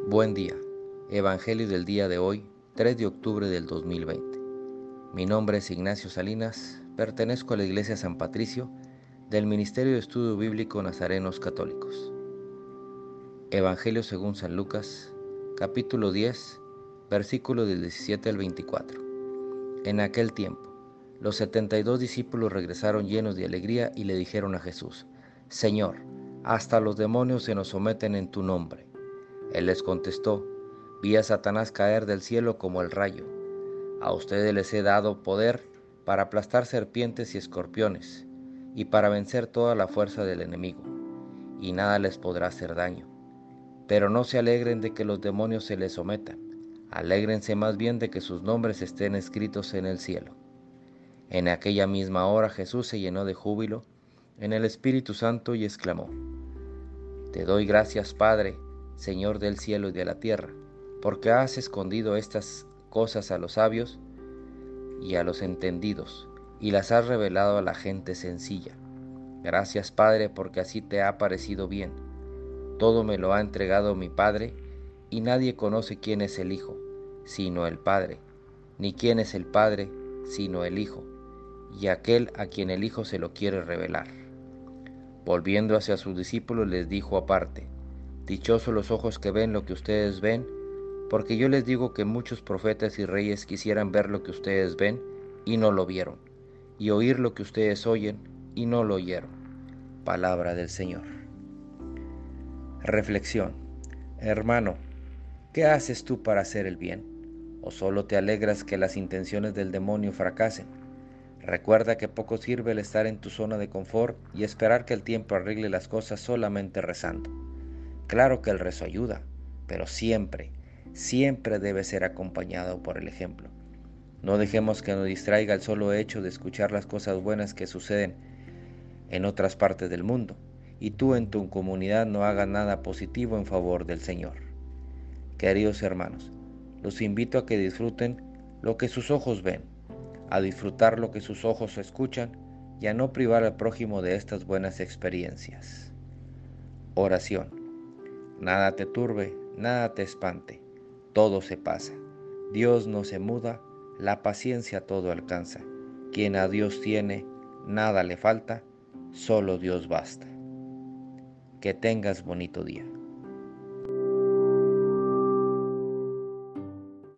Buen día. Evangelio del día de hoy, 3 de octubre del 2020. Mi nombre es Ignacio Salinas, pertenezco a la Iglesia San Patricio del Ministerio de Estudio Bíblico Nazarenos Católicos. Evangelio según San Lucas, capítulo 10, versículo del 17 al 24. En aquel tiempo, los 72 discípulos regresaron llenos de alegría y le dijeron a Jesús: Señor, hasta los demonios se nos someten en tu nombre. Él les contestó: Vi a Satanás caer del cielo como el rayo. A ustedes les he dado poder para aplastar serpientes y escorpiones, y para vencer toda la fuerza del enemigo, y nada les podrá hacer daño. Pero no se alegren de que los demonios se les sometan, alégrense más bien de que sus nombres estén escritos en el cielo. En aquella misma hora Jesús se llenó de júbilo en el Espíritu Santo y exclamó: Te doy gracias, Padre, Señor del cielo y de la tierra, porque has escondido estas cosas a los sabios y a los entendidos, y las has revelado a la gente sencilla. Gracias, Padre, porque así te ha parecido bien. Todo me lo ha entregado mi Padre, y nadie conoce quién es el Hijo, sino el Padre, ni quién es el Padre, sino el Hijo, y aquel a quien el Hijo se lo quiere revelar. Volviendo hacia sus discípulos les dijo aparte: Dichosos los ojos que ven lo que ustedes ven, porque yo les digo que muchos profetas y reyes quisieran ver lo que ustedes ven y no lo vieron, y oír lo que ustedes oyen y no lo oyeron. Palabra del Señor. Reflexión. Hermano, ¿qué haces tú para hacer el bien? ¿O solo te alegras que las intenciones del demonio fracasen? Recuerda que poco sirve el estar en tu zona de confort y esperar que el tiempo arregle las cosas solamente rezando. Claro que el rezo ayuda, pero siempre debe ser acompañado por el ejemplo. No dejemos que nos distraiga el solo hecho de escuchar las cosas buenas que suceden en otras partes del mundo, y tú en tu comunidad no hagas nada positivo en favor del Señor. Queridos hermanos, los invito a que disfruten lo que sus ojos ven, a disfrutar lo que sus ojos escuchan y a no privar al prójimo de estas buenas experiencias. Oración. Nada te turbe, nada te espante, todo se pasa. Dios no se muda, la paciencia todo alcanza. Quien a Dios tiene, nada le falta, solo Dios basta. Que tengas bonito día.